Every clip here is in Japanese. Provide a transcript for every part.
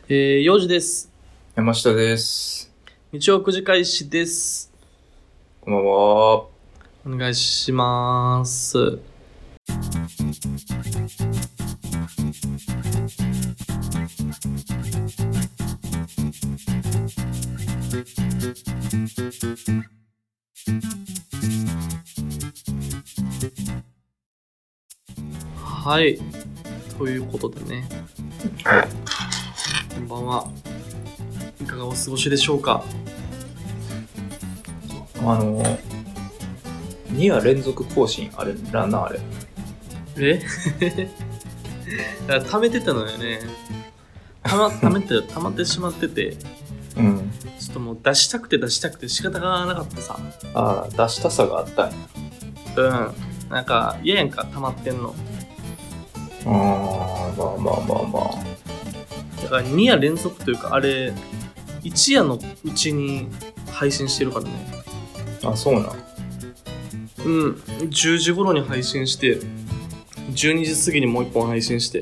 4時です。 山下です。 日曜9時開始です。 こんばんは。 お願いします。はい。ということでね。こんばんは。いかがお過ごしでしょうか。 2夜連続更新あれなんなあれ。 貯めてたのよね。溜まってしまってて。 うん。 ちょっともう出したくて仕方がなかったさ。 ああ、出したさがあったんや。 なんか嫌やんか、溜まってんの。 まあ。 だから2夜連続というか、あれ、1夜のうちに配信してるからね。 あ、そうなん。 10時頃に配信して、12時過ぎにもう1本配信して。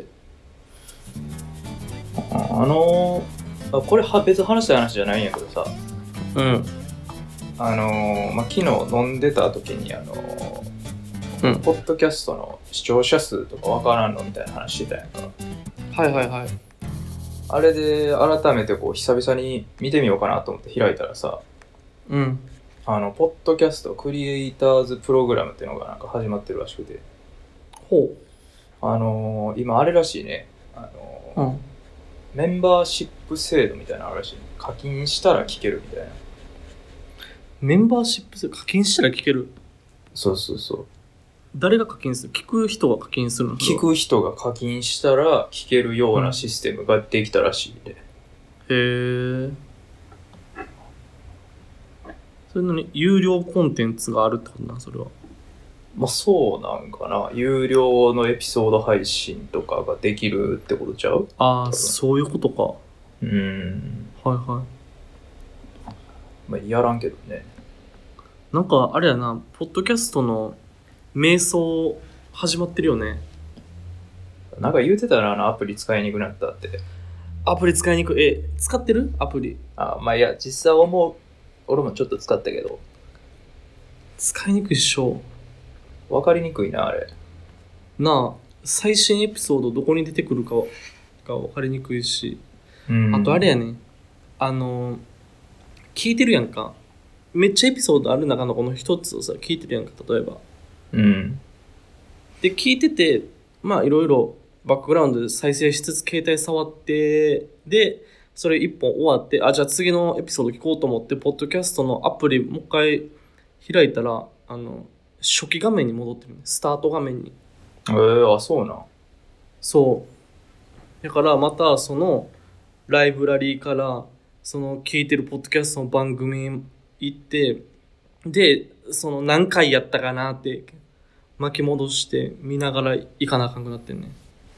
これ別に話した話じゃないんやけどさ。昨日飲んでた時にポッドキャストの視聴者数とかわからんのみたいな話してたやんか。 はい。 あれで改めてこう久々に見てみようかなと思って開いたらさ、ポッドキャストクリエイターズプログラムっていうのがなんか始まってるらしくて。 ほう。今あれらしいね。メンバーシップ制度みたいなのあるらしい、ね。課金したら聞けるみたいな。 メンバーシップ制度課金したら聞ける？ そう。 誰が課金する？聞く人が課金するの？ 聞く人が課金したら聞けるようなシステムができたらしいね。 へー。それのに有料コンテンツがあるってことな、それは。 まあそうなんかな。有料のエピソード配信とかができるってことちゃう？ ああ、そういうことか。はい。 まあやらんけどね。 なんかあれやな、ポッドキャストの瞑想始まってるよね。 なんか言うてたらアプリ使いにくくなったって。 アプリ使いにくい。使ってる？アプリ。 まあいや、実際俺もちょっと使ったけど。 使いにくいっしょ。 わかりにくいな、あれ。 なあ、最新エピソードどこに出てくるかがわかりにくいし。あとあれやね。聞いてるやんか。めっちゃエピソードある中のこの一つをさ、聞いてるやんか、例えば。で、聞いてて、まあいろいろバックグラウンドで再生しつつ携帯触って、で、それ一本終わって、じゃあ次のエピソード聞こうと思って、ポッドキャストのアプリもう一回開いたら、初期画面に戻ってるね。スタート画面に。 そうなん。 そう。だからまたそのライブラリーからその聞いてるポッドキャストの番組行って、で、その何回やったかなって巻き戻して見ながら行かなあかんくなってんね。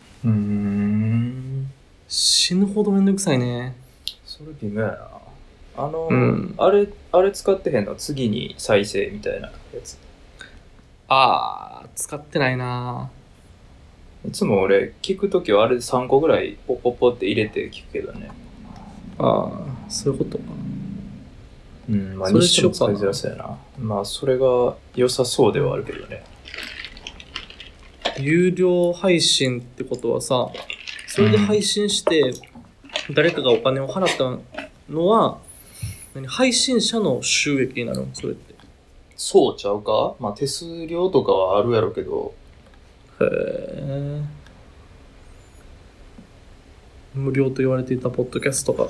死ぬほどめんどくさいね。 それ微妙やな。あれ使ってへんの？次に再生みたいなやつ。 使ってないな。 いつも俺聞くときはあれで3個ぐらいポッポッポって入れて聞くけどね。 そういうことか。 まあにしても使いづらそうやな。まあそれが良さそうではあるけどね。 有料配信ってことはさ、それで配信して誰かがお金を払ったのは、配信者の収益になるの？それって。 そうちゃうか？まあ手数料とかはあるやろけど。 へえ。無料と言われていたポッドキャストが。 だ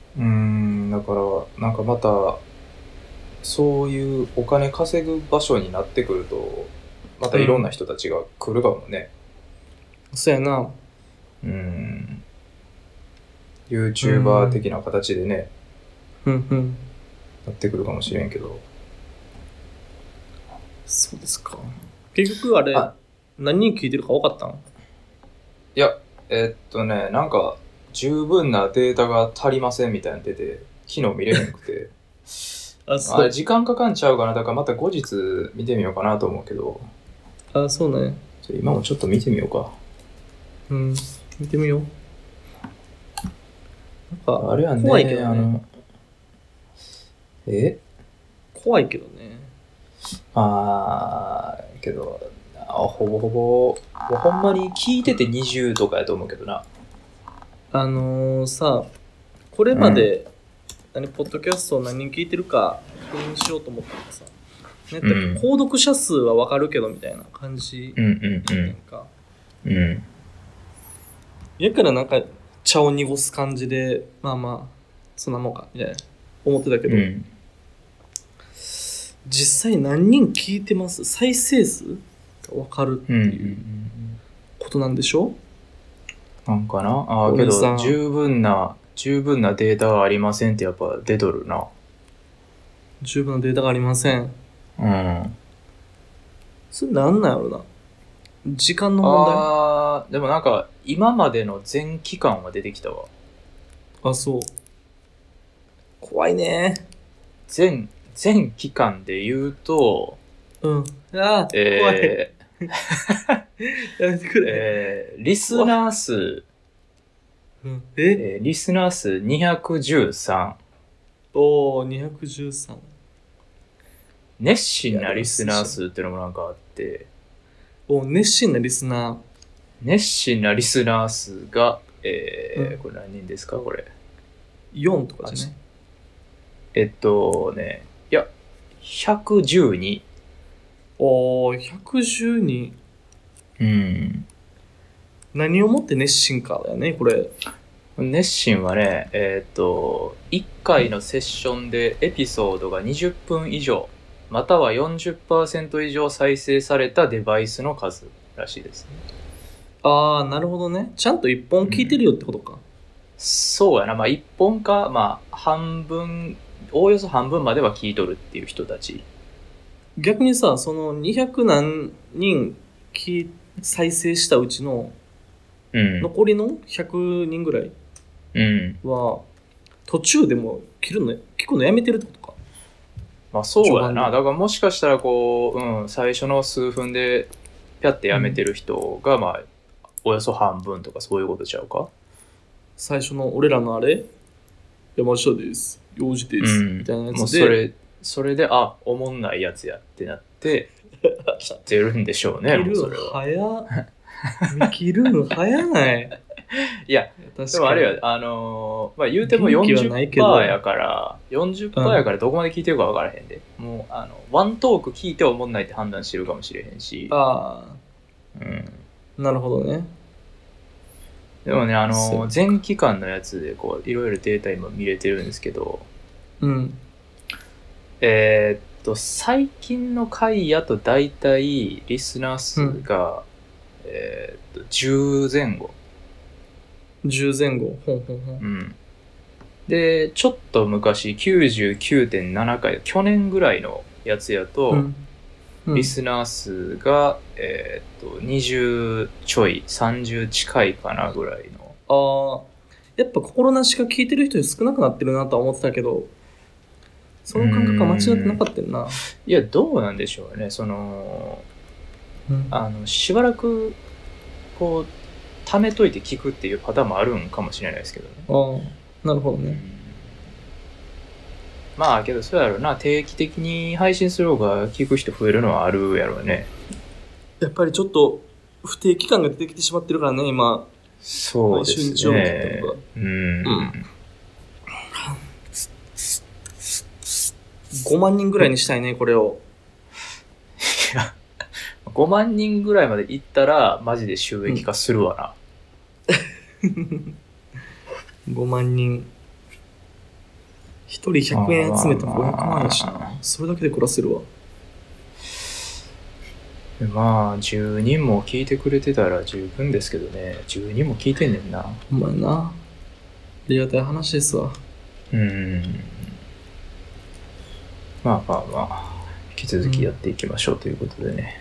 からなんかまたそういうお金稼ぐ場所になってくるとまたいろんな人たちが来るかもね。 そうやな。 YouTuber 的な形でね、 なってくるかもしれんけど。 そうですか。結局あれ何人聞いてるか分かったん？ いや、なんか十分なデータが足りませんみたいなの出て昨日見れなくてあれ時間かかんちゃうかな。だからまた後日見てみようかなと思うけど。 そうね。 今もちょっと見てみようか。 見てみよう。 ぱあれはね、 怖いけどね。怖いけどね。 けど、ほぼほぼ、ほんまに聞いてて20とかやと思うけどな。 さ、これまで、ポッドキャストを何人聞いてるか確認しようと思ったらさ、購読者数はわかるけどみたいな感じなんか。やからなんか茶を濁す感じで、まあまあ、そんなもんか、みたいな思ってたけど、実際何人聞いてます？再生数がわかるっていうことなんでしょ？ なんかな。けど十分なデータがありませんってやっぱ出とるな。 十分なデータがありません。それなんなんやろな。時間の問題？ でもなんか今までの全期間は出てきたわ。 あ、そう。怖いね。 全期間で言うと、 怖い。やめてくれ。 リスナー数、リスナー数213。 213。 熱心なリスナー数っていうのもなんかあって、 熱心なリスナー。 熱心なリスナー数が、これ何人ですかこれ。 4とかじゃね。 いや、112。 112。何をもって熱心かだよね、これ。 熱心はね、1回のセッションでエピソードが20分以上、または 40% 以上再生されたデバイスの数らしいですね。 なるほどね。ちゃんと1本聞いてるよってことか。 そうやな。1本か、半分、おおよそ半分までは聞いとるっていう人たち。 逆にさ、その200何人再生したうちの、残りの100人ぐらいは、途中でも聞くのやめてるってことか。 そうやな。だからもしかしたら最初の数分でピャってやめてる人が、およそ半分とかそういうことちゃうか。 最初の俺らのあれ山下です。幼児です。みたいなやつで。 それで、おもんないやつやってなって、切ってるんでしょうね、もうそれは。 見切るの早ない。 いや、でもあれや、言うても 40% やから、40% やからどこまで聞いてるか分からへんで。もう、ワントーク聞いておもんないって判断してるかもしれへんし。 なるほどね。 でもね、全期間のやつで、いろいろデータ今見れてるんですけど、最近の回やとだいたいリスナー数が、10前後。 10前後。 で、ちょっと昔、99.7 回、去年ぐらいのやつやと、リスナー数が、20ちょい、30近いかなぐらいの。 やっぱ心なしか聞いてる人少なくなってるなとは思ってたけど、その感覚は間違ってなかったよな。 いや、どうなんでしょうね。しばらく、貯めといて聞くっていうパターンもあるんかもしれないですけどね。 なるほどね。 けどそうやろうな。定期的に配信する方が聞く人増えるのはあるやろうね。 やっぱりちょっと不定期感が出てきてしまってるからね、今。 そうですね。 5万人ぐらいにしたいね、これを。 いや、5万人ぐらいまでいったら、マジで収益化するわな。 5万人。1人100円集めたら500万やしな。それだけで暮らせるわ。 10人も聞いてくれてたら十分ですけどね。10人も聞いてんねんな。 ほんまやな。ありがたい話ですわ。 引き続きやっていきましょうということでね。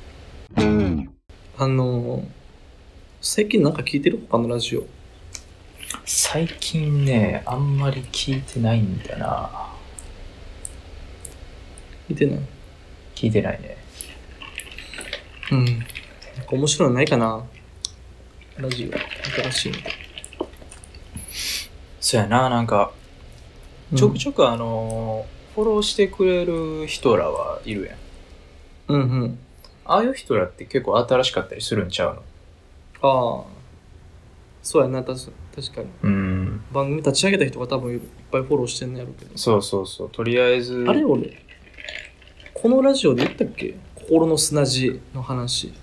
最近なんか聞いてる？他のラジオ。 最近ね、あんまり聞いてないんだな。 聞いてない？ 聞いてないね。 なんか面白いのないかな？ラジオ。新しいの。 そうやな、なんか、ちょくちょくフォローしてくれる人らはいるやん。 うんうん。 ああいう人らって結構新しかったりするんちゃうの？ ああ、そうやな、確かに。 うん。 番組立ち上げた人が多分いっぱいフォローしてんのやろうけど。 そうそうそう。とりあえず。 あれ俺、このラジオで言ったっけ？心の砂地の話。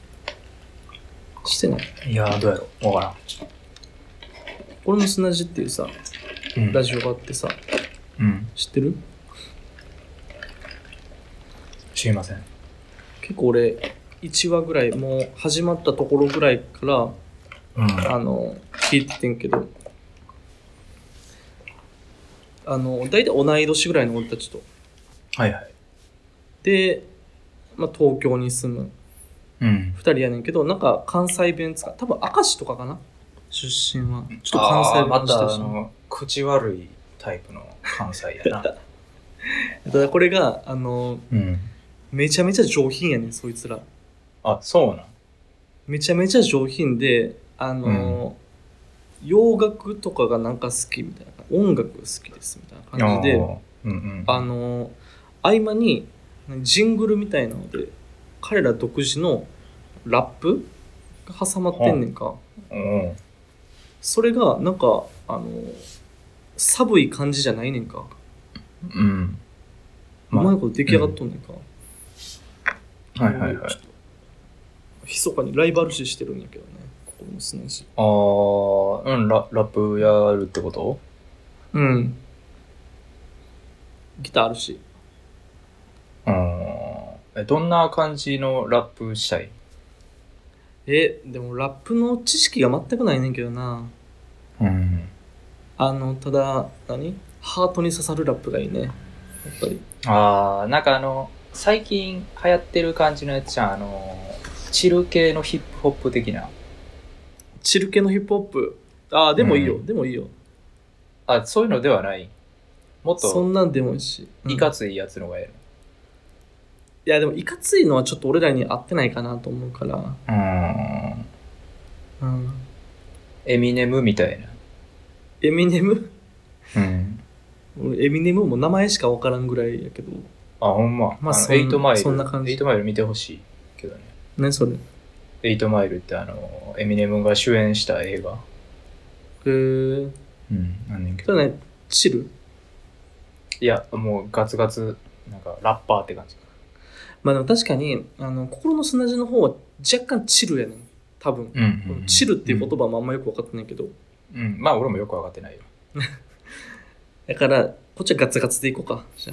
してない？ いやー、どうやろわからん。 心の砂地っていうさ、ラジオがあってさ、知ってる？ 知りません。 結構俺、1話ぐらい、もう始まったところぐらいから、聞いててんけど、大体同い年ぐらいの俺たちと。 はいはい。 で、東京に住む2人やねんけど、なんか関西弁使う。多分明石とかかな？出身は。ちょっと関西弁また口悪いタイプの関西やな。 ただこれが、めちゃめちゃ上品やねん、そいつら。 あ、そうなん？ めちゃめちゃ上品で、洋楽とかがなんか好きみたいな。音楽好きですみたいな感じで、合間にジングルみたいなので、彼ら独自のラップが挟まってんねんか。それがなんか寒い感じじゃないねんか。うまいこと出来上がっとんねんか。 はいはいはい。 密かにライバル視してるんやけどね、心の砂地。 ラップやるってこと？ うん。ギターあるし。 どんな感じのラップしたい？ でもラップの知識が全くないねんけどな。ただ、ハートに刺さるラップがいいね。やっぱり。 なんか最近流行ってる感じのやつじゃん。チル系のヒップホップ的な。 チル系のヒップホップ。でもいいよ。でもいいよ。 そういうのではない。もっと。 そんなんでもいいし。 いかついやつのがやる。 いや、でもいかついのはちょっと俺らに合ってないかなと思うから。 エミネムみたいな。 エミネム？エミネムも名前しか分からんぐらいやけど。 ほんま。8マイル。 そんな感じ。 8マイル見てほしいけどね。 何それ ？8マイルってエミネムが主演した映画。 なんねんけど。それね、チル？ いや、もうガツガツ、なんかラッパーって感じ。 でも確かに、心の砂地の方は若干チルやねん。多分。チルっていう言葉もあんまよく分かってないけど。 俺もよく分かってないよ。 だから、こっちはガツガツでいこうか。じゃ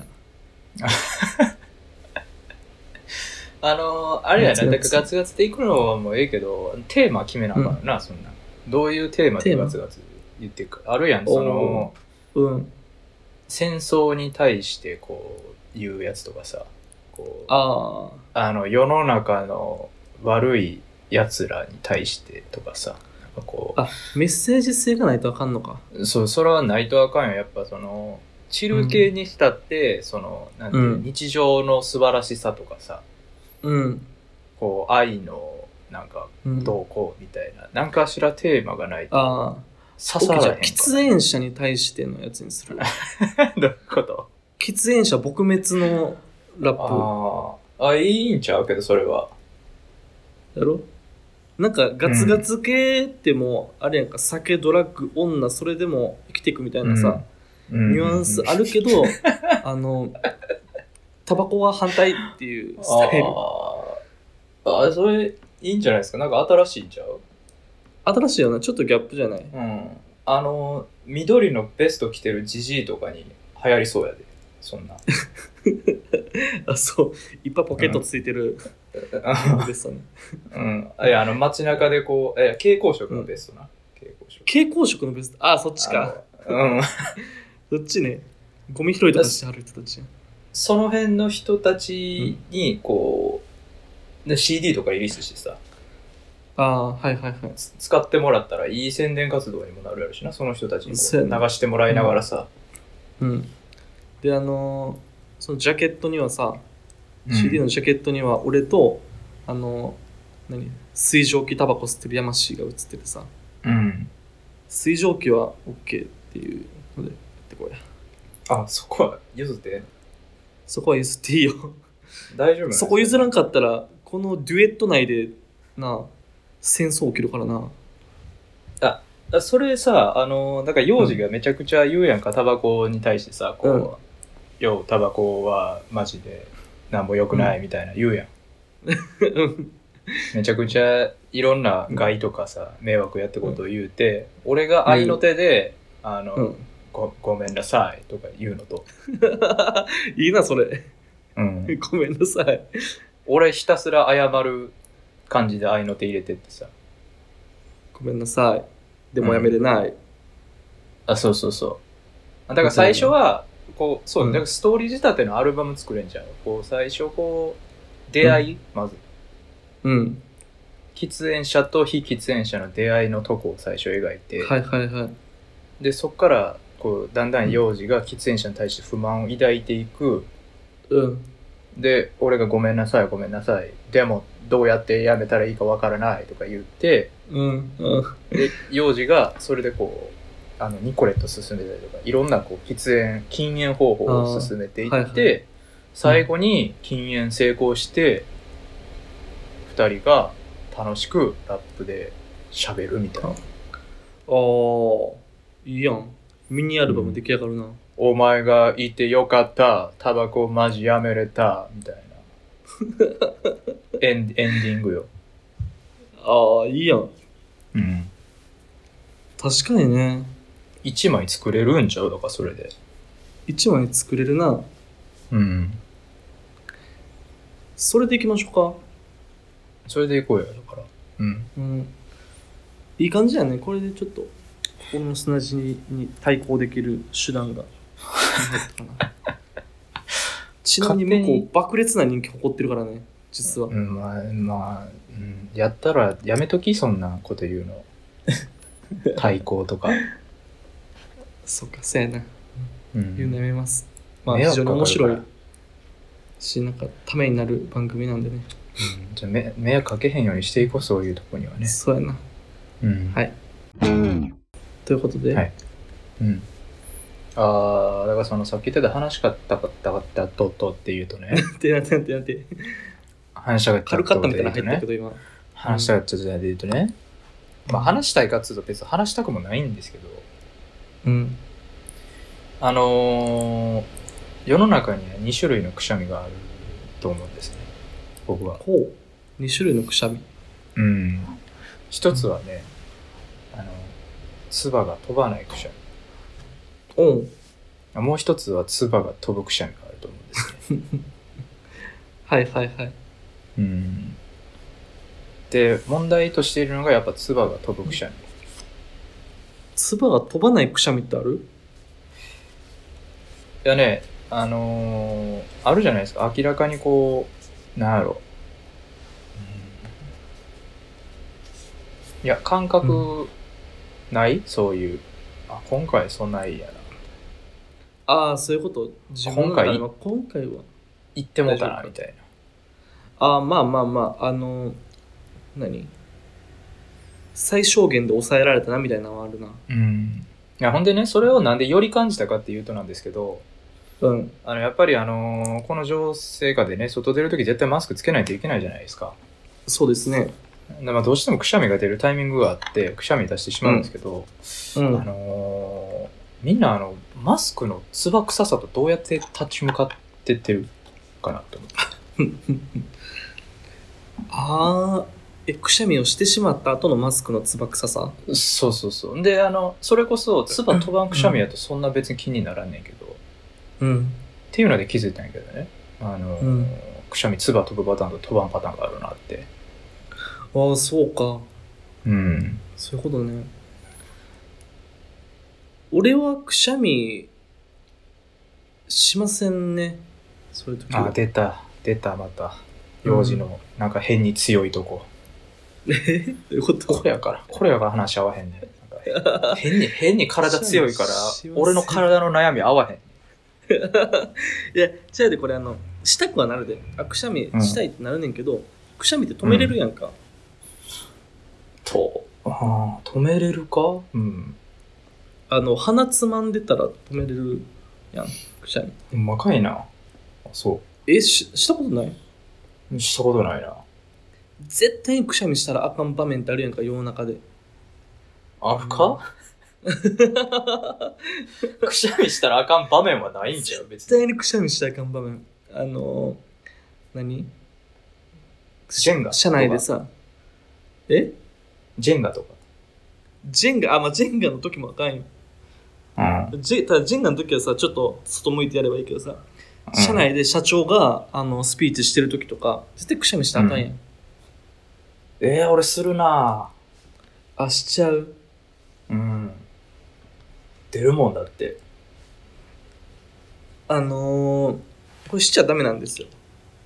あ。あれやな、だからガツガツでいくのはもうええけど、テーマ決めなあかんな、そんな。どういうテーマでガツガツ言っていくか。あるやん、戦争に対してこう言うやつとかさ、世の中の悪い奴らに対してとかさ、 メッセージ性がないとあかんのか。 そう、それはないとあかんよ。やっぱチル系にしたって、なんていう日常の素晴らしさとかさ、愛のなんかどうこうみたいな、何かしらテーマがないと刺さらへんか。 喫煙者に対してのやつにする。 どういうこと？ 喫煙者撲滅のラップ。いいんちゃうけど、それは。 やろ？なんかガツガツ系ってもうあれやんか、酒、ドラッグ、女、それでも生きていくみたいなさ、ニュアンスあるけど、タバコは反対っていうスタイル。 それいいんじゃないですか。なんか新しいんちゃう？ 新しいよな。ちょっとギャップじゃない？ 緑のベスト着てるジジイとかに流行りそうやで。そんな。 そう。いっぱいポケットついてるベストね。 いや、街中で蛍光色のベストな。 蛍光色のベスト。そっちか。そっちね。ゴミ拾いとかしてはる人たち。 その辺の人たちに、CD とかリリースしてさ。 はいはいはい。 使ってもらったらいい宣伝活動にもなるやろしな。その人たちに流してもらいながらさ。 で、そのジャケットにはさ、CD のジャケットには俺と、水蒸気タバコ吸ってる山氏が写っててさ、水蒸気は OK ってっていうのでやってこい。 あ、そこは譲って。 そこは譲っていいよ。 大丈夫。 そこ譲らんかったらこのデュエット内でな戦争起きるからな。 それさ、だから幼児がめちゃくちゃ言うやんか、タバコに対してさ、こう、よう、タバコはマジでなんも良くないみたいな言うやん。めちゃくちゃいろんな害とかさ、迷惑やってことを言うて、俺が愛の手で、ごめんなさいとか言うのと。 いいな、それ。 うん。 ごめんなさい。俺ひたすら謝る感じで愛の手入れてってさ。 ごめんなさい。でもやめれない。 そうそうそう。だから最初は、こう、そう、だからストーリー仕立てのアルバム作れんじゃん。こう、最初こう、出会い、まず。喫煙者と非喫煙者の出会いのとこを最初描いて。 はいはいはい。 で、そっから、こう、だんだん幼児が喫煙者に対して不満を抱いていく。で、俺がごめんなさい、ごめんなさい。でも、どうやってやめたらいいかわからないとか言って、で、幼児がそれでこう、ニコレット進めたりとか、いろんなこう禁煙方法を進めていって、最後に禁煙成功して、二人が楽しくラップで喋るみたいな。 いいやん。ミニアルバム出来上がるな。 お前がいてよかった、タバコマジやめれた、みたいな。エンディングよ。 いいやん。確かにね。 1枚作れるんちゃうだからそれで。 1枚作れるな。それでいきましょうか。 それでいこうよ、だから。 いい感じやね。これでちょっと、心の砂地に対抗できる手段がちなみに向こう爆裂な人気誇ってるからね、実は。 やったらやめとき、そんなこと言うの。対抗とか。 そっか、そうやな。言うのやめます。非常に面白いし、なんかためになる番組なんでね。 じゃあ迷惑かけへんようにしていこう、そういうとこにはね。 そうやな。はい。ということで。 はい。だからそのさっき言ってた話しかったとっていうとね。 なんて。 話したかった軽かったみたいな入ったけど今。 話したかったじゃないで言うとね。話したいかっつうと別に話したくもないんですけど。世の中には2種類のくしゃみがあると思うんですね。僕は。 2種類のくしゃみ。 一つはね、唾が飛ばないくしゃみ。もう一つは唾が飛ぶくしゃみがあると思うんですね。 はいはいはい。 で、問題としているのがやっぱ唾が飛ぶくしゃみ。 唾が飛ばないくしゃみってある？ いやね、あるじゃないですか。明らかにこう、なんやろ。いや、感覚ない？そういう。今回そんないやな。そういうこと。 今回は言ってもたな、みたいな。何？最小限で抑えられたな、みたいなのはあるな。 いや、ほんでね、それをなんでより感じたかっていうとなんですけど、やっぱりこの情勢下でね、外出るとき絶対マスクつけないといけないじゃないですか。 そうですね。 どうしてもくしゃみが出るタイミングがあってくしゃみ出してしまうんですけど、みんなマスクのつば臭さとどうやって立ち向かってってるかなと思って。 くしゃみをしてしまった後のマスクのつば臭さ？ そうでそれこそつば飛ばんくしゃみやとそんな別に気にならんねんけど、っていうので気づいたんやけどね、くしゃみつば飛ぶパターンと飛ばんパターンがあるなって。 そうか。そういうことね。俺はくしゃみしませんね。そういう時は。 出たまた幼児のなんか変に強いとこ。 どういうこと？ これやから話し合わへんね。なんか変に体強いから俺の体の悩み合わへん。 いや、じゃあこれしたくはなるで。くしゃみしたいってなるねんけど、くしゃみって止めれるやんか。 止めれるか？ 鼻つまんでたら止めれるやん、くしゃみ。 ほんまかいな。あ、そしたことない？ う。したことないな。 絶対にくしゃみしたらあかん場面ってあるやんか、世の中で。 あるか？くしゃみしたらあかん場面はないんちゃう別絶に。 対にくしゃみしたらあかん場面。何ジェンガ車内でさ、えジェンガとか。 ジェンガ、まあ、ジェンガの時もあかんよ。 うん。 ただジェンガの時はさ、ちょっと外向いてやればいいけどさ、車内で社長がスピーチしてる時とか、絶対くしゃみしたらあかんやん。 俺するなあ、しちゃう。 うん。出るもんだって。 これしちゃダメなんですよ。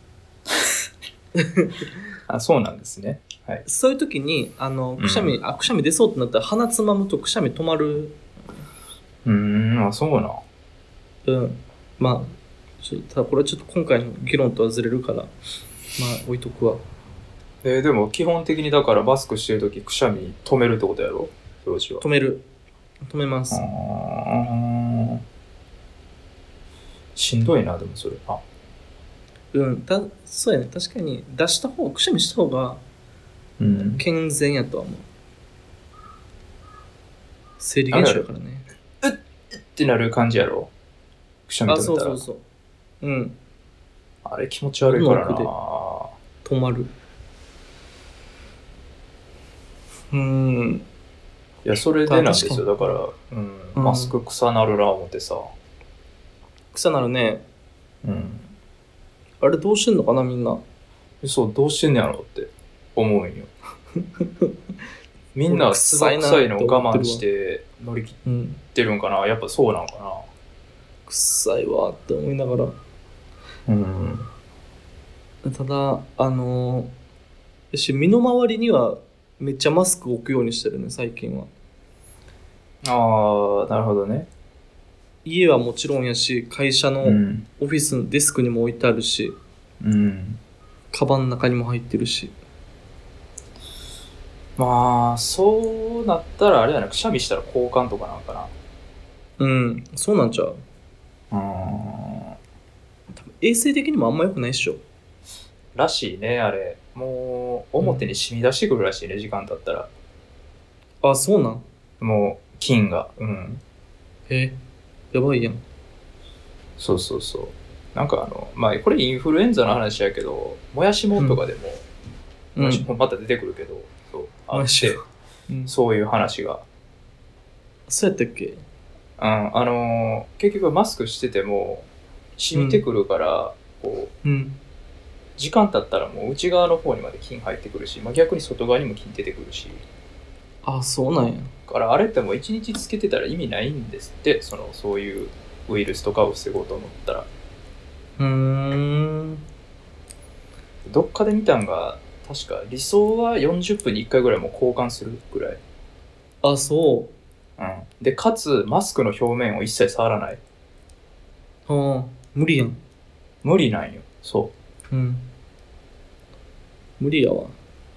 あ、そうなんですね。はい。 そういう時に、くしゃみ、くしゃみ出そうってなったら鼻つまむとくしゃみ止まる。 あ、そうな。 うん。まあ、ただこれはちょっと今回の議論とはずれるから、まあ置いとくわ。 でも基本的にだからマスクしてるときくしゃみ止めるってことやろ表示は。 止めます。 しんどいな、でもそれ。あ、 うん。そうやね。確かに出した方、くしゃみした方が健全やとは思う。生理現象やからね。 ってなる感じやろくしゃみ止めたら。 そう。うん。 あれ気持ち悪いからな。 止まる。 いや、それでなんですよ。だから、マスク臭なるな思ってさ。 臭なるね。 うん。 あれどうしてんのかな、みんな。 そう、どうしてんねやろって思うんよ。みんな臭いのを我慢して乗り切ってるんかな。やっぱそうなのかな。 臭いわって思いながら。ただ、身の回りにはめっちゃマスク置くようにしてるね、最近は。 ああ、なるほどね。 家はもちろんやし、会社のオフィスのデスクにも置いてあるし、カバンの中にも入ってるし。 まあ、そうなったらあれやな、くしゃみしたら交換とかなんかな。 そうなんちゃう。多分衛生的にもあんま良くないっしょ。 らしいね、あれ。もう、表に染み出してくるらしいね、時間経ったら。 あ、そうなん。 もう、菌が。 やばいやん。 そう。なんかまあ、これインフルエンザの話やけど、もやしもんとかでも、もやしもんまた出てくるけど、そう、あって、そういう話が。 そうやったっけ？ 結局マスクしてても、染みてくるから、こう、時間経ったらもう内側の方にまで菌入ってくるし、まあ、逆に外側にも菌出てくるし。 あ、そうなんや。 だからあれってもう1日つけてたら意味ないんですって、そういうウイルスとかを防ごうと思ったら。どっかで見たんが、確か理想は40分に1回ぐらいもう交換するぐらい。 あ、そう。 で、かつマスクの表面を一切触らない。 無理やん。 無理なんよ。そう。 無理やわ。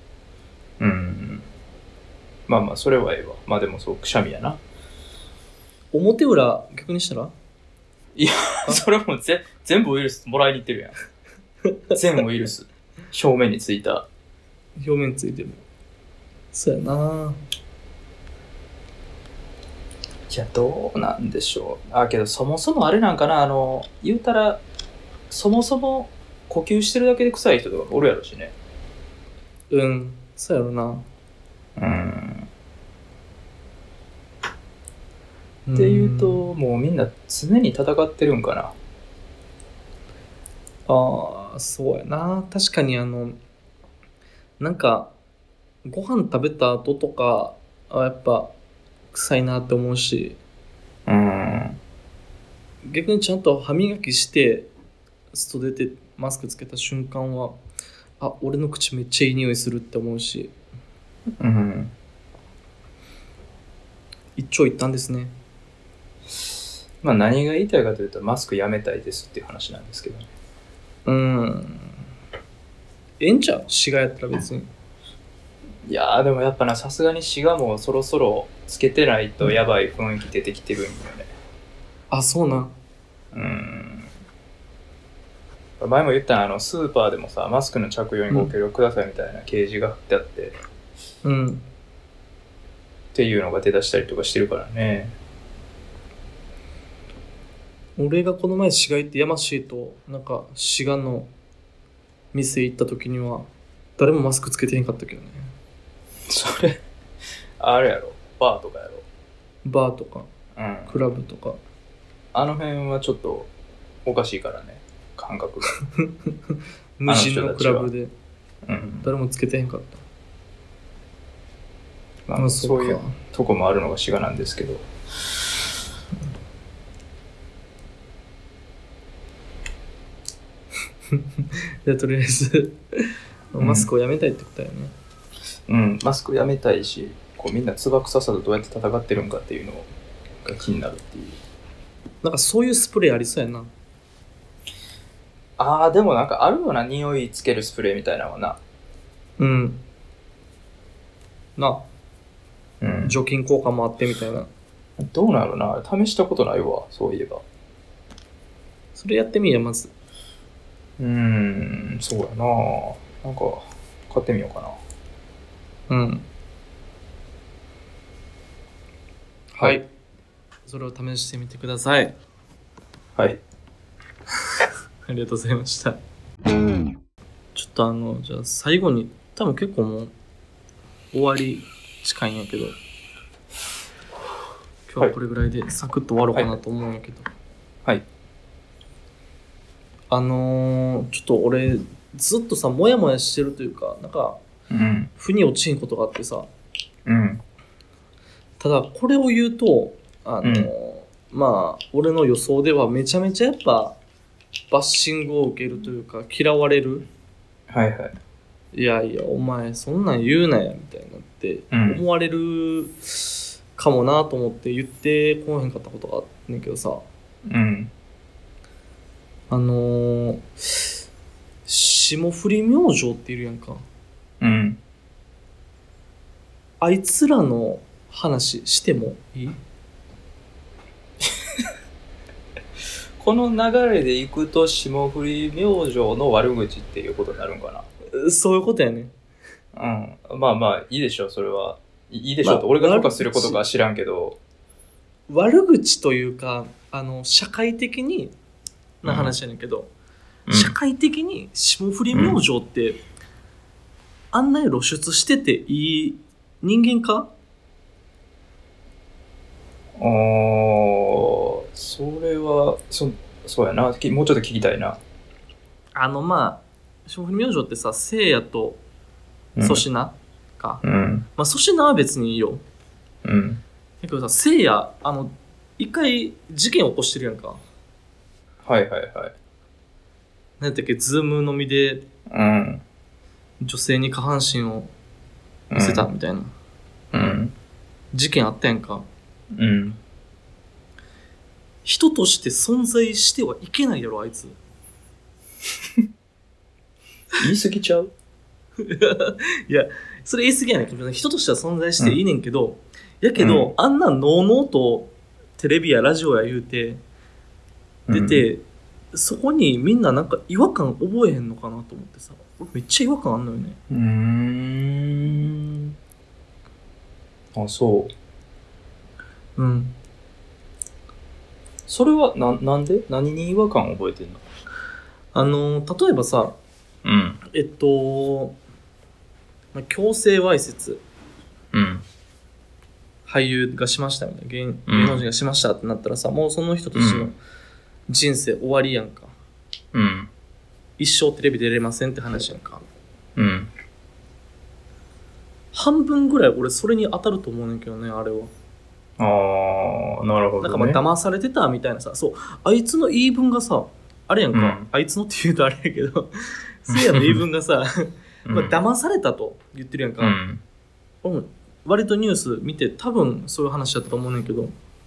まあまあ、それはええわ。まあでもそう、くしゃみやな。 表裏逆にしたら？ いや、それも全部ウイルスもらいに行ってるやん。全ウイルス。表面についた。 表面ついてる。そうやな。 いや、どうなんでしょう。けどそもそもあれなんかな、言うたら、そもそも呼吸してるだけで臭い人とかおるやろしね。 そうやろな。 っていうと、もうみんな常に戦ってるんかな。 そうやな。確かになんか、ご飯食べた後とか、やっぱ、臭いなって思うし、逆にちゃんと歯磨きして、外出てマスクつけた瞬間は、俺の口めっちゃいい匂いするって思うし、一長一短ですね。 まあ何が言いたいかというと、マスクやめたいですっていう話なんですけどね。 ええんちゃう？滋賀やったら別に。 いやーでもやっぱな、さすがに滋賀もそろそろつけてないとやばい雰囲気出てきてるんよね。 あ、そうなん。 前も言ったスーパーでもさ、マスクの着用にご協力くださいみたいな掲示が貼ってあって、っていうのが出だしたりとかしてるからね。 俺がこの前滋賀行って山氏となんか滋賀の店行った時には誰もマスクつけてへんかったけどね。 それあれやろ、バーとかやろ。 バーとか、クラブとか。 あの辺はちょっとおかしいからね、感覚が。 無人のクラブで誰もつけてへんかった。 そういうとこもあるのが滋賀なんですけど。 でとりあえずマスクをやめたいってことだよね。 マスクやめたいし、こうみんな唾臭さとどうやって戦ってるんかっていうのが気になるっていう。 なんかそういうスプレーありそうやな。 でもなんかあるよな、匂いつけるスプレーみたいなのはな。 除菌効果もあってみたいな。 どうなるな、試したことないわ、そういえば。 それやってみや、まず。 そうやな。なんか買ってみようかな。 はい。それを試してみてください。 はい。 ありがとうございました。ちょっとじゃあ最後に、多分結構もう終わり近いんやけど、今日はこれぐらいでサクッと終わろうかなと思うんやけど。 はい。 ちょっと俺ずっとさモヤモヤしてるというか、なんか腑に落ちんことがあってさ、ただこれを言うとまあ俺の予想ではめちゃめちゃやっぱバッシングを受けるというか嫌われる。いやいやお前そんなん言うなやみたいになって思われるかもなと思って言ってこうへんかったことがあってんけどさ、霜降り明星っているやんか。あいつらの話してもいい？ この流れでいくと霜降り明星の悪口っていうことになるんかな。 そういうことやね。 まあまあいいでしょう、それは。いいでしょうと、俺が許可することか知らんけど。 悪口というか社会的にな話やねんけど、社会的に霜降り明星って、あんなに露出してていい人間か？ それはそうやな。もうちょっと聞きたいな。 まあ霜降り明星ってさ、せいやと粗品か、まあ粗品は別にいいよ。だけどさ、せいや一回事件起こしてるやんか。何やったっけ、ズーム飲みで女性に下半身を見せたみたいな、事件あったやんか。人として存在してはいけないやろあいつ。 言い過ぎちゃう？ いやそれ言い過ぎやねんけど、人としては存在していいねんけど、やけど、あんなのうのうとテレビやラジオや言うて出て、そこにみんななんか違和感覚えへんのかなと思ってさ、俺めっちゃ違和感あんのよね。 そう。それはなんで？何に違和感覚えてんの？ 例えばさ、強制わいせつ、俳優がしましたみたいな、芸能人がしましたってなったらさ、もうその人たちの人生終わりやんか。一生テレビ出れませんって話やんか。半分ぐらい俺それに当たると思うねんけどね、あれは。 なるほどね。 なんかまあ騙されてたみたいなさ、そう、あいつの言い分がさ、あれやんか、あいつのって言うとあれやけど、せいやの言い分がさ、まあ騙されたと言ってるやんか。割とニュース見て多分そういう話だったと思うねんけど、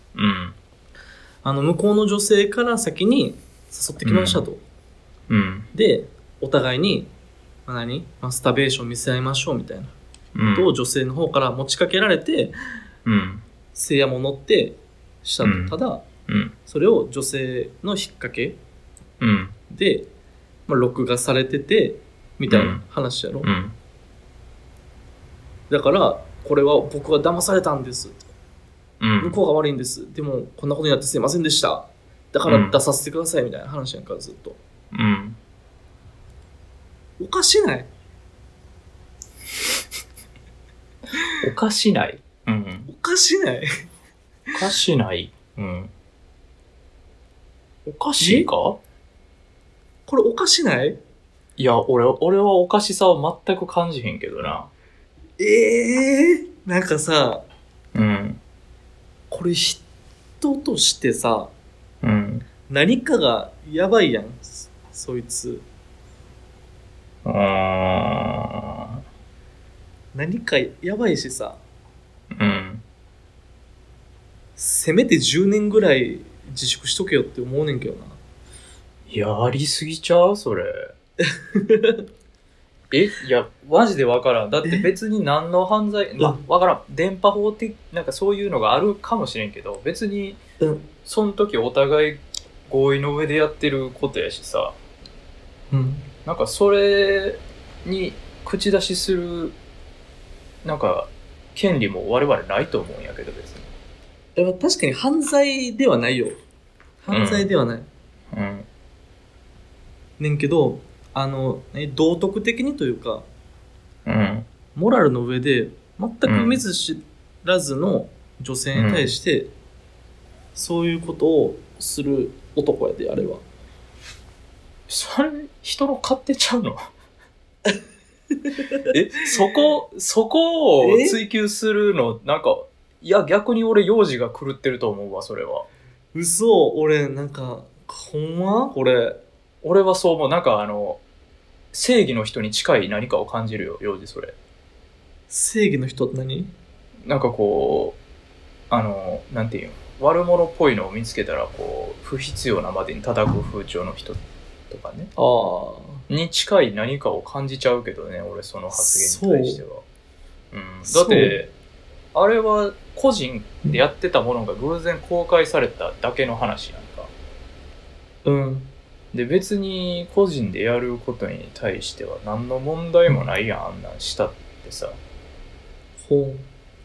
向こうの女性から先に誘ってきましたと。で、お互いに、マスターベーション見せ合いましょうみたいな。と女性の方から持ちかけられて、 せいやも乗ってしたと、 うん、 ただうん、 それを女性の引っ掛けうん、 で、まあ、録画されててみたいな話やろ、 うん、 だからこれは僕は騙されたんです、 うん、 向こうが悪いんです、でもこんなことになってすいませんでした、だから出させてくださいみたいな話やんか、ずっと。 うん。 おかしない？ おかしない。うん。 おかしない？ おかしない。うん。おかしいか？ これおかしない？ いや、俺はおかしさを全く感じへんけどな。 なんかさ、 うん。 これ人としてさ、 うん。 何かがやばいやん、そいつ。 うーん。 何かやばいしさ、 うん。 せめて10年ぐらい自粛しとけよって思うねんけどな。 やりすぎちゃうそれ。いや、マジでわからん。だって別に何の犯罪、わからん。電波法的、なんかそういうのがあるかもしれんけど、別に、その時お互い合意の上でやってることやしさ、なんかそれに口出しする、なんか、権利も我々ないと思うんやけど別に。 確かに犯罪ではないよ。犯罪ではない。 うん。 ねんけど、道徳的にというか、 うん。 モラルの上で、全く見ず知らずの女性に対して、そういうことをする男やで、あれは。 それ、人の勝手ちゃうの？そこを追求するの、なんか、いや、逆に俺、幼児が狂ってると思うわ、それは。 嘘、俺、なんか、ほんまこれ。 俺はそう思う。なんか正義の人に近い何かを感じるよ、幼児それ。 正義の人って何？ なんかこう、なんていうの、悪者っぽいのを見つけたら、こう、不必要なまでに叩く風潮の人とかね。に近い何かを感じちゃうけどね、俺その発言に対しては。うん。だって、あれは個人でやってたものが偶然公開されただけの話やんか。 うん。 で、別に個人でやることに対しては何の問題もないやん、あんなんしたってさ。 ほう。 うん。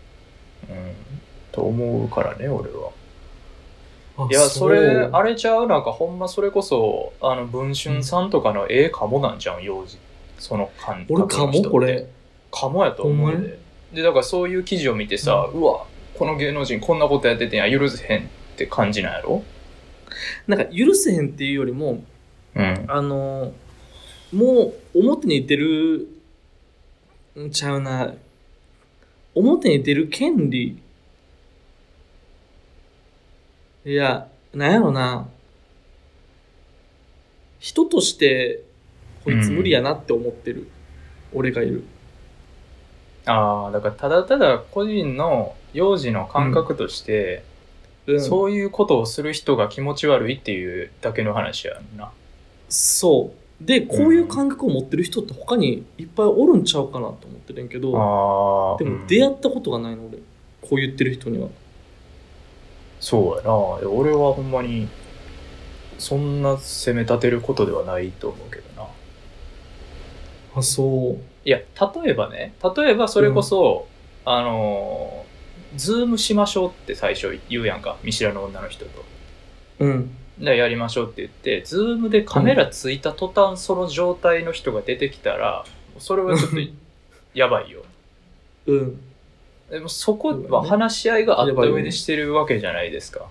と思うからね、俺は。いや、それ、あれちゃう、なんかほんまそれこそ、文春さんとかのかもなんじゃん、幼児。その感覚の人って。 俺かもこれ。 かもやと思うで。で、だからそういう記事を見てさ、うわ、この芸能人こんなことやっててんや、許せへんって感じなんやろ？ なんか許せへんっていうよりも、 うん。 もう表に出るんちゃうな。表に出る権利。いや、なんやろな。人としてこいつ無理やなって思ってる。俺がいる。 ああ、だからただただ個人の幼児の感覚として、そういうことをする人が気持ち悪いっていうだけの話やんな。 そう。で、こういう感覚を持ってる人って他にいっぱいおるんちゃうかなと思ってるんやけど、でも出会ったことがないの、俺。こう言ってる人には。 そうやな。俺はほんまに、そんな責め立てることではないと思うけどな。 あ、そう。 いや、例えばそれこそ、ズームしましょうって最初言うやんか。見知らぬ女の人と。 うん。 やりましょうって言って、ズームでカメラついた途端、その状態の人が出てきたら、それはちょっとやばいよ。 うん。 でもそこは話し合いがあった上でしてるわけじゃないですか。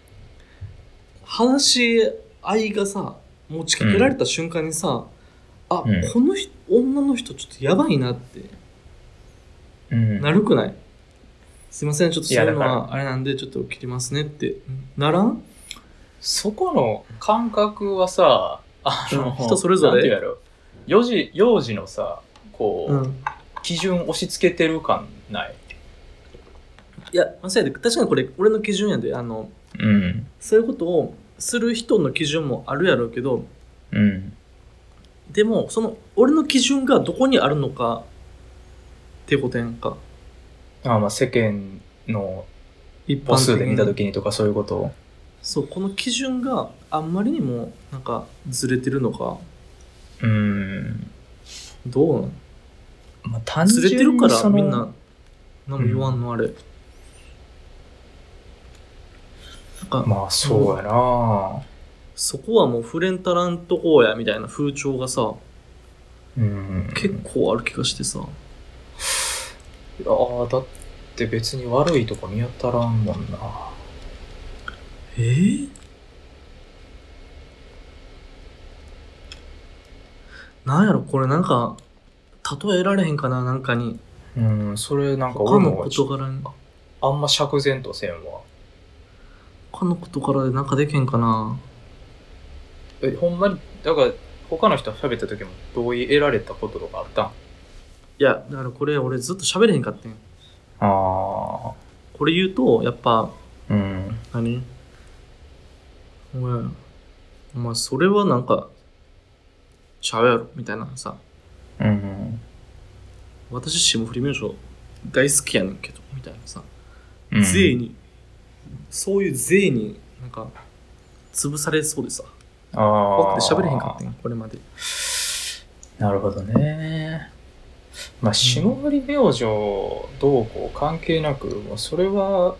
話し合いがさ、持ちかけられた瞬間にさ、この女の人ちょっとやばいなって、なるくない？すいません、ちょっとそういうのはあれなんでちょっと切りますねってならん？ そこの感覚はさ、 人それぞれ。 なんていうやろ、幼児のさ、こう、基準押し付けてる感ない？ いや、確かにこれ俺の基準やで、そういうことをする人の基準もあるやろうけど、でもその俺の基準がどこにあるのかってことやんか。 まあ世間の母数一般的にで見たときにとかそういうことを。 そう、この基準があんまりにもなんかずれてるのか、どうなの？ まあ、単ずれてるから純にそのみんな何も言わんのあれ。なんか、 まあそうやな。 そこはもう触れんたらんとこうやみたいな風潮がさ、結構ある気がしてさ。 いやーだって別に悪いとこ見当たらんもんな。 なんやろこれなんか、例えられへんかななんかに。 それなんか他の事柄に。 あんま釈然とせんわ。 他の事柄でなんかできへんかな。 ほんまに、だから他の人と喋った時も同意得られたこととかあったん？ いや、だからこれ俺ずっと喋れへんかってん。 あこれ言うと、やっぱ、 あ。 何お前それはなんか、ちゃうやろみたいなさ。私、霜降り明星大好きやねんけど、みたいなさ。税に、そういう税になんか、潰されそうでさ。怖くて喋れへんかったんこれまで。 なるほどね。まあ、霜降り明星どうこう関係なく、もうそれは、もう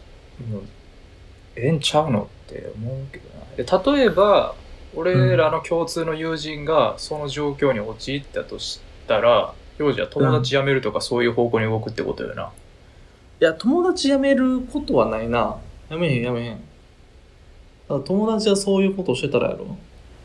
ええんちゃうのって思うけどな。例えば、俺らの共通の友人がその状況に陥ったとしたら、幼児は友達辞めるとかそういう方向に動くってことよな。 いや、友達辞めることはないな。やめへん。ただ友達はそういうことをしてたらやろ。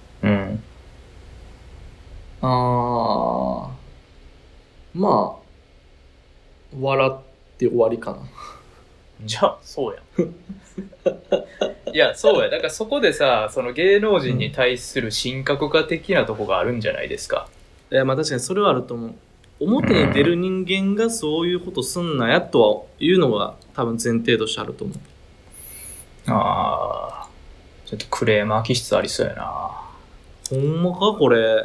まあ、笑って終わりかな。 じゃあ、そうやん。いや、そうや。だからそこでさ、その芸能人に対する神格化的なとこがあるんじゃないですか。 いや、まあ確かにそれはあると思う。表に出る人間がそういうことすんなやとはいうのが多分前提としてあると思う。 ああ、ちょっとクレーマー気質ありそうやな。 ほんまかこれ。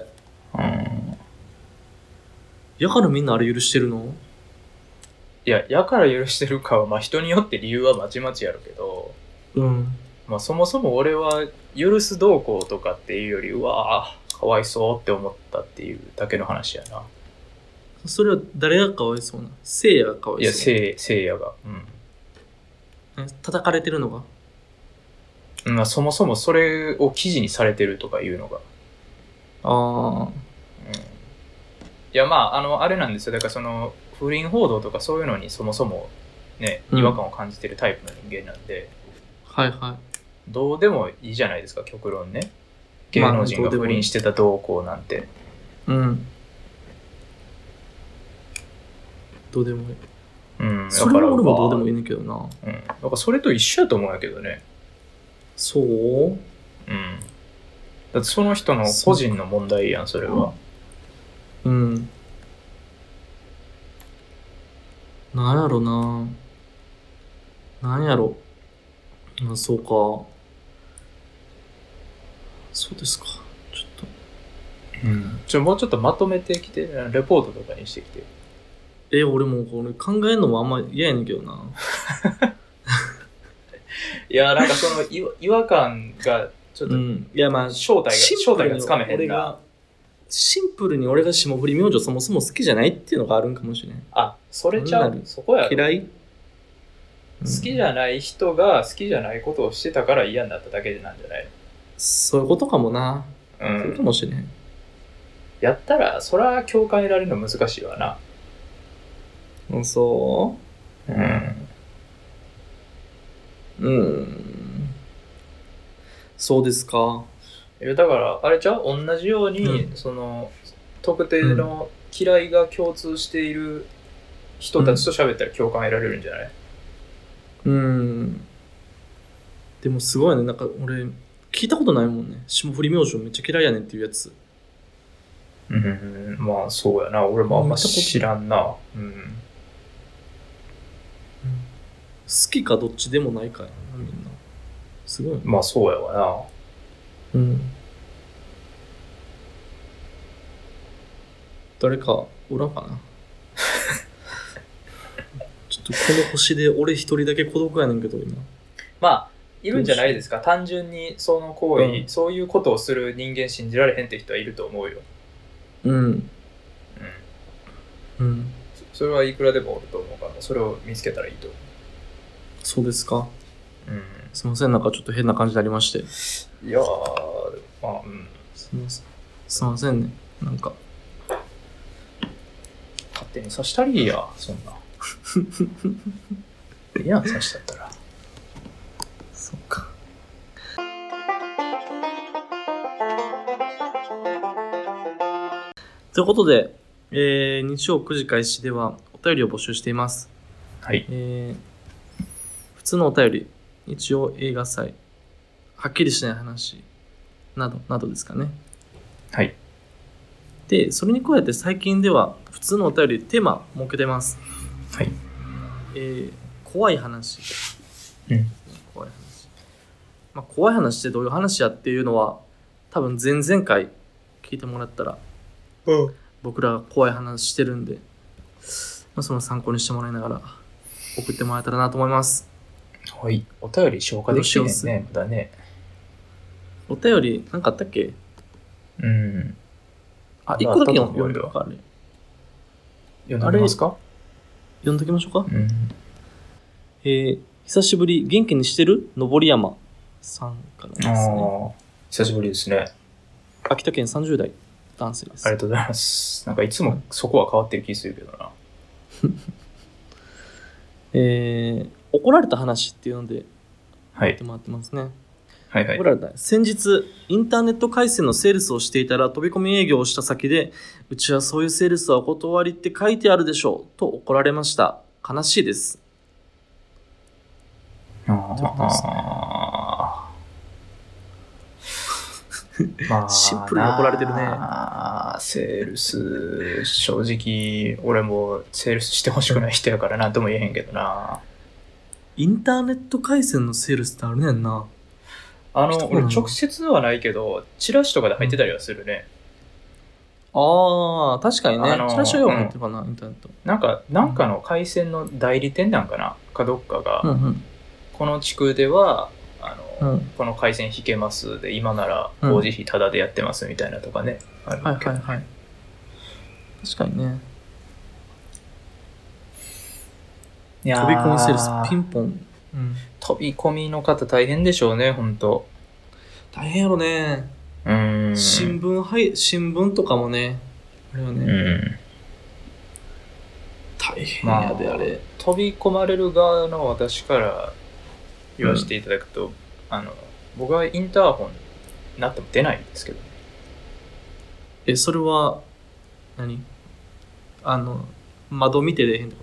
やからみんなあれ許してるの？ いや、やから許してるかは、まあ人によって理由はまちまちやるけど、まあそもそも俺は許すどうこうとかっていうより、うわぁ、かわいそうって思ったっていうだけの話やな。 それは誰がかわいそうな？聖夜がかわいそう。 いや、聖夜が。 叩かれてるのが？ まあそもそもそれを記事にされてるとかいうのが。いや、まあ、あれなんですよ。だからその、不倫報道とかそういうのにそもそもね、違和感を感じてるタイプの人間なんで、 はいはい。 どうでもいいじゃないですか、極論ね。芸能人が不倫してたどうこうなんて。 どうでもいい。それは俺もどうでもいいねんけどな。 だからそれと一緒やと思うんやけどね。 そう？ だってその人の個人の問題やん、それは。 なんやろな。なんやろ。そうか。そうですか。ちょっと。 もうちょっとまとめてきて、レポートとかにしてきて。 俺もこれ考えるのもあんま嫌やねんけどな。 いや、なんかその違和感がちょっと、いやまあ正体がつかめへんな。 シンプルに俺が霜降り明星そもそも好きじゃないっていうのがあるんかもしれん。 それちゃう。そこやろ。 嫌い？ 好きじゃない人が好きじゃないことをしてたから嫌になっただけなんじゃない？ そういうことかもな。そうかもしれん。 やったら、そら共感得られるの難しいわな。 そう？そうですか。 だから、あれちゃう？同じように、その、特定の嫌いが共通している人たちと喋ったら共感得られるんじゃない？ でもすごいね。なんか俺、聞いたことないもんね。霜降り明星めっちゃ嫌いやねんっていうやつ。 まあそうやな。俺もあんま知らんな。好きかどっちでもないかやな、みんな。すごい。 まあそうやわな。誰かおらんかな。ちょっこの星で俺一人だけ孤独やねんけど、今。 まあ、いるんじゃないですか。単純にその行為、そういうことをする人間信じられへんって人はいると思うよ。 うん。 それはいくらでもおると思うから、それを見つけたらいいと思う。 そうですか。すいません、なんかちょっと変な感じになりまして。 いやー、まあ、 すいませんね。なんか。 勝手に刺したりや、そんな。いいやん、刺したったら。 そっか。ということで、日曜9時開始ではお便りを募集しています。 はい。 普通のお便り、日曜映画祭、はっきりしない話、などですかね。 はい。 で、それに加えて最近では普通のお便りテーマ設けてます。 はい。 怖い話。怖い話。まあ、怖い話ってどういう話やっていうのは、多分前々回聞いてもらったら、僕らが怖い話してるんで、まあ、その参考にしてもらいながら送ってもらえたらなと思います。 はい。お便り消化できてね、まだね。 お便り、なんかあったっけ？一個だけ読んでか、あれ。 読んでみますか？ 読んどきましょうか。久しぶり、元気にしてる？登山さんからですね。 久しぶりですね。 秋田県30代男性です。 ありがとうございます。なんかいつもそこは変わってる気するけどな。 怒られた話っていうので言ってもらってますね。 はいはい。 怒られた。先日インターネット回線のセールスをしていたら飛び込み営業をした先で、うちはそういうセールスはお断りって書いてあるでしょうと怒られました。悲しいです。まあ、シンプルに怒られてるね。 セールス、正直俺もセールスしてほしくない人やからなんとも言えへんけどな。 インターネット回線のセールスってあるねんな。 俺直接はないけどチラシとかで入ってたりはするね。 確かにね。チラシはよく入ってるかな、インターネット。 なんかの回線の代理店なんかな、かどっかが、この地区ではこの回線引けますで、今なら工事費タダでやってますみたいなとかね、あるけど。確かにね。飛び込みセールスピンポン、 飛び込みの方大変でしょうね、本当。 大変やろね。新聞とかもね、あれよね。大変やで、あれ。 飛び込まれる側の私から言わせていただくと、僕はインターホンになっても出ないんですけどね。それは何？窓見て出へんってこと？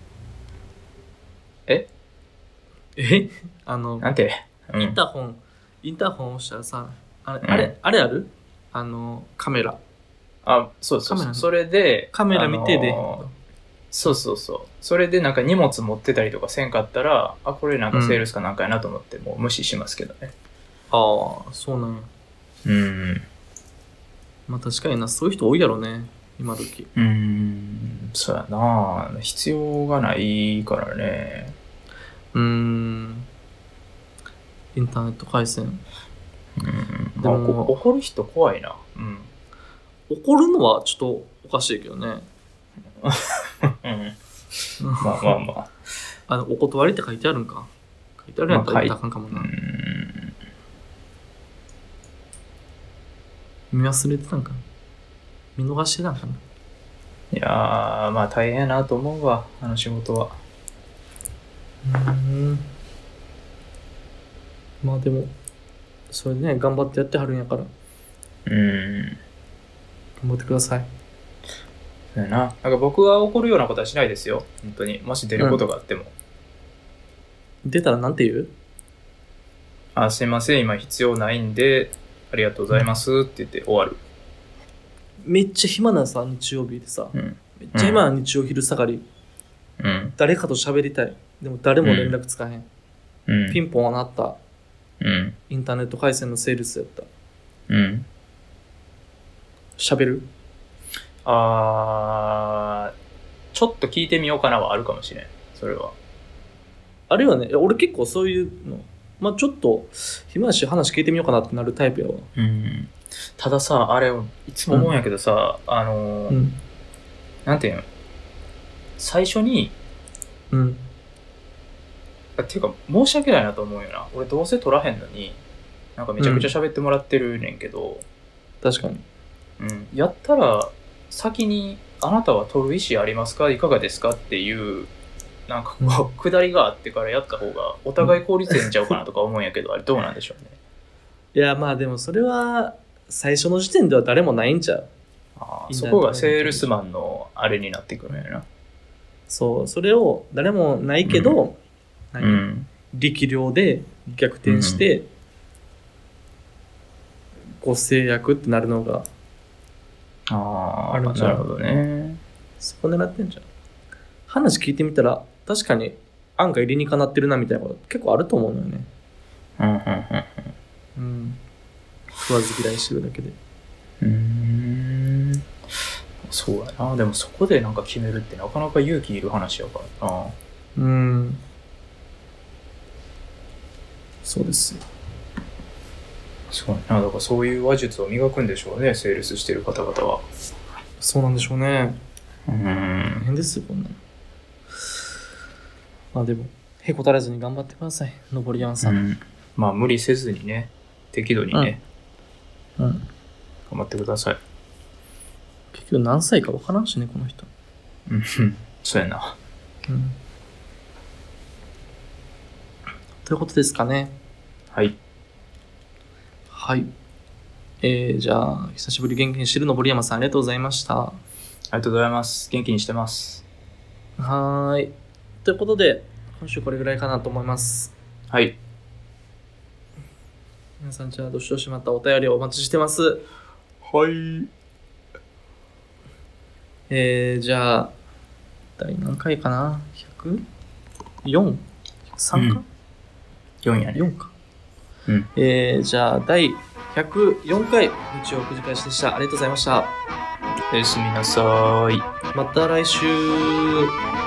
なんて、 インターホン押したらさ、あれある？カメラ。 そうそう。それでカメラ見て出へんの。 そう。それでなんか荷物持ってたりとかせんかったら、これなんかセールスかなんかやなと思ってもう無視しますけどね。 そうなんや。まあ確かにな、そういう人多いやろね、今時。 そうやな、必要がないからね。 インターネット回線。 でも怒る人怖いな。 怒るのはちょっとおかしいけどね。 まあ。 お断りって書いてあるんか。書いてあるやんか言ったらあかんかもな。見忘れてたんかな。見逃してたんかな。 いやー、まあ大変やなと思うわ、あの仕事は。 まあでも、それね、頑張ってやってはるんやから。頑張ってください。 そうやな。なんか僕は怒るようなことはしないですよ。本当に。もし出ることがあっても。 出たらなんて言う？ すいません、今必要ないんで、ありがとうございますって言って終わる。 めっちゃ暇なさ、日曜日でさ。めっちゃ暇な日曜昼下がり。誰かと喋りたい。でも誰も連絡つかへん。ピンポンは鳴った。インターネット回線のセールスやった。喋る？ ちょっと聞いてみようかなはあるかもしれん。 それは。 あるよね。俺結構そういうの、まあちょっと暇やし話聞いてみようかなってなるタイプやわ。 うん。たださ、あれいつも思うんやけどさ、なんていうの、最初に、っていうか申し訳ないなと思うよな。俺どうせ撮らへんのに、なんかめちゃくちゃ喋ってもらってるねんけど、 確かに。 やったら先にあなたは撮る意思ありますか、いかがですかっていうなんかこう下りがあってからやった方がお互い効率いいんちゃうかなとか思うんやけど、あれどうなんでしょうね。 いやまあでもそれは最初の時点では誰もないんちゃう。 そこがセールスマンのあれになってくるんやな。 そう、それを誰もないけど、力量で逆転して、ご制約ってなるのがあるんじゃん。 なるほどね。 そこ狙ってんじゃん。話聞いてみたら確かに案外理にかなってるなみたいなこと結構あると思うのよね。食わず嫌いしてるだけで。 そうやな。でもそこでなんか決めるってなかなか勇気いる話やからな。 そうですよ。 そうやな。だからそういう話術を磨くんでしょうね、セールスしてる方々は。 そうなんでしょうね。変ですよこんなの。まあでもへこたれずに頑張ってください、登山さん。 まあ無理せずにね、適度にね、頑張ってください。 結局何歳か分からんしね、この人。 そうやな。 ということですかね。 はい。 はい。じゃあ久しぶり元気にしてる登山さんありがとうございました。 ありがとうございます。元気にしてます。 はい。ということで今週これぐらいかなと思います。 はい。 皆さんじゃあどしどしまたお便りをお待ちしてます。 はい。 じゃあ第何回かな ?104？ 103 か、 4やね。 4か。じゃあ第104回日曜9時開始でした。ありがとうございました。 おやすみなさーい。 また来週。